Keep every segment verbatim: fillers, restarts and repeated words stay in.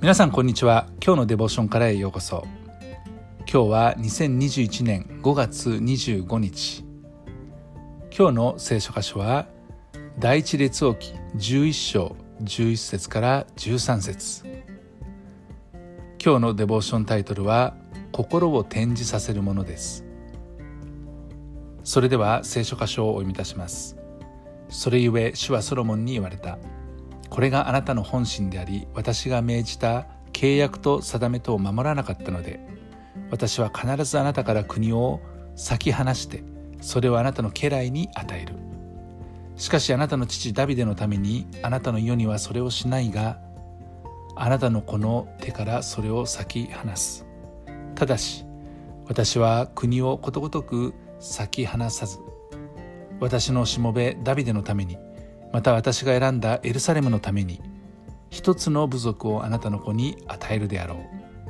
皆さんこんにちは。今日のデボーションからへようこそ。今日はにせんにじゅういちねんごがつにじゅうごにち。今日の聖書箇所は第一列王記じゅういっしょうじゅういっせつからじゅうさんせつ。今日のデボーションタイトルは心を展示させるものです。それでは聖書箇所をお読みいたします。それゆえ主はソロモンに言われた。これがあなたの本心であり、私が命じた契約と定めとを守らなかったので、私は必ずあなたから国を裂き離して、それをあなたの家来に与える。しかしあなたの父ダビデのために、あなたの世にはそれをしないが、あなたの子の手からそれを裂き離す。ただし、私は国をことごとく裂き離さず、私のしもべダビデのために、また私が選んだエルサレムのために一つの部族をあなたの子に与えるであろう。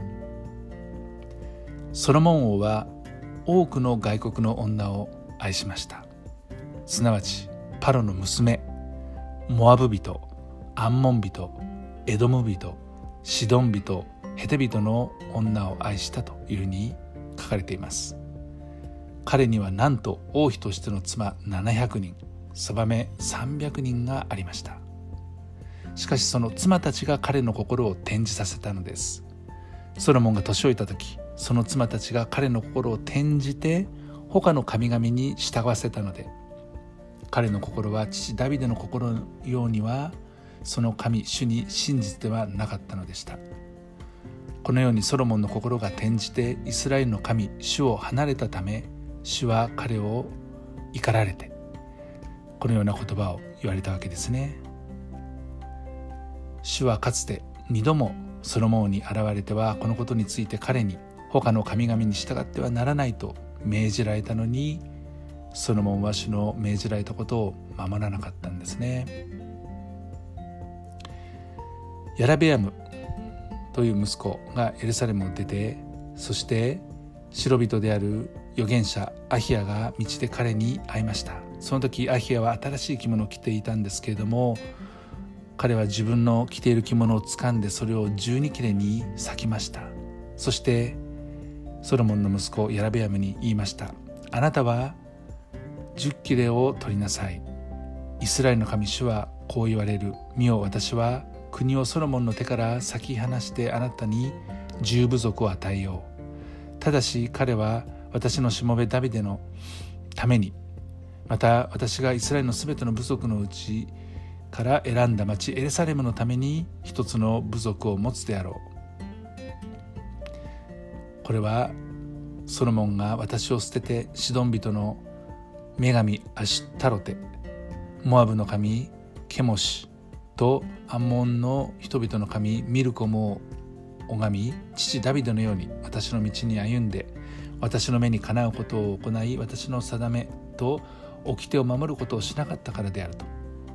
ソロモン王は多くの外国の女を愛しました。すなわちパロの娘、モアブ人、アンモン人、エドム人、シドン人、ヘテ人の女を愛したというふうに書かれています。彼にはなんと王妃としての妻ななひゃくにん、そばめさんびゃくにんがありました。しかしその妻たちが彼の心を展示させたのです。ソロモンが年老いた時、その妻たちが彼の心を転じて他の神々に従わせたので、彼の心は父ダビデの心のようにはその神主に真実ではなかったのでした。このようにソロモンの心が転じてイスラエルの神主を離れたため、主は彼を怒られてこのような言葉を言われたわけですね。主はかつて二度もソロモン王に現れては、このことについて彼に他の神々に従ってはならないと命じられたのに、ソロモンは主の命じられたことを守らなかったんですね。ヤラベアムという息子がエルサレムを出て、そして白人である預言者アヒアが道で彼に会いました。その時アヒアは新しい着物を着ていたんですけれども、彼は自分の着ている着物を掴んでそれを十二切れに裂きました。そしてソロモンの息子ヤラベアムに言いました。あなたは十切れを取りなさい。イスラエルの神主はこう言われる。見よ、私は国をソロモンの手から裂き離してあなたに十部族を与えよう。ただし彼は私のしもべダビデのために、また私がイスラエルのすべての部族のうちから選んだ町エルサレムのために一つの部族を持つであろう。これはソロモンが私を捨ててシドン人の女神アシュタロテ、モアブの神ケモシとアンモンの人々の神ミルコも拝み、父ダビデのように私の道に歩んで、私の目にかなうことを行い、私の定めと掟を守ることをしなかったからであると。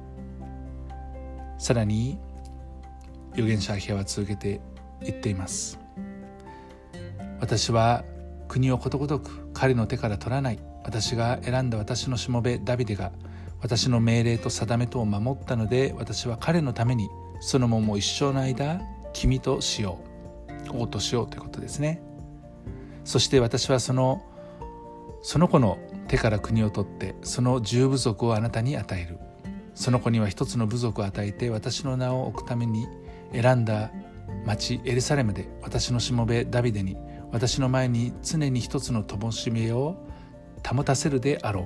さらに預言者アヒアは続けて言っています。私は国をことごとく彼の手から取らない。私が選んだ私のしもべダビデが私の命令と定めとを守ったので、私は彼のためにソロモンも一生の間君としよう、王としようということですね。そして私はそのその子の手から国を取って、その十部族をあなたに与える。その子には一つの部族を与えて、私の名を置くために選んだ町エルサレムで私のしもべダビデに、私の前に常に一つの灯火を保たせるであろう。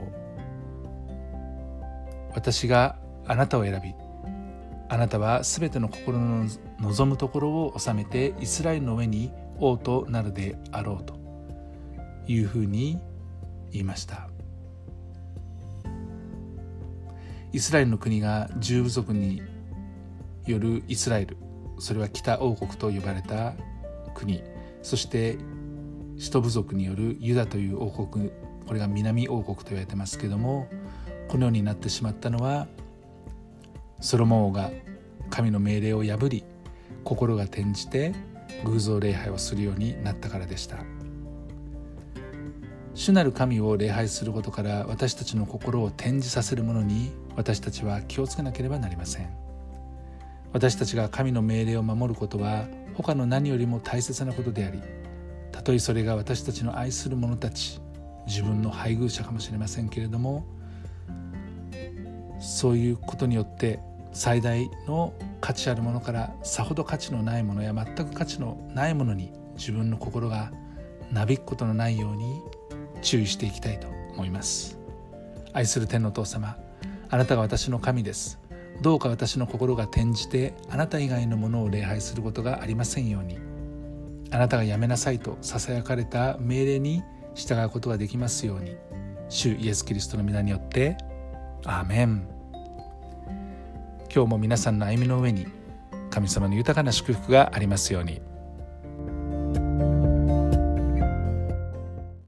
私があなたを選び、あなたはすべての心の望むところを収めてイスラエルの上に王となるであろうというふうに言いました。イスラエルの国が十部族によるイスラエル、それは北王国と呼ばれた国、そして使徒部族によるユダという王国、これが南王国と言われてますけども、このようになってしまったのはソロモン王が神の命令を破り、心が転じて偶像礼拝をするようになったからでした。主なる神を礼拝することから私たちの心を転じさせるものに私たちは気をつけなければなりません。 私たちが神の命令を守ることは他の何よりも大切なことであり、たとえそれが私たちの愛する者たち、自分の配偶者かもしれませんけれども、そういうことによって最大の価値あるものからさほど価値のないものや全く価値のないものに自分の心がなびくことのないように注意していきたいと思います。愛する天のお父様、あなたが私の神です。どうか私の心が転じてあなた以外のものを礼拝することがありませんように。あなたがやめなさいとささやかれた命令に従うことができますように、主イエス・キリストの皆によってアーメン。今日も皆さんの歩みの上に神様の豊かな祝福がありますように。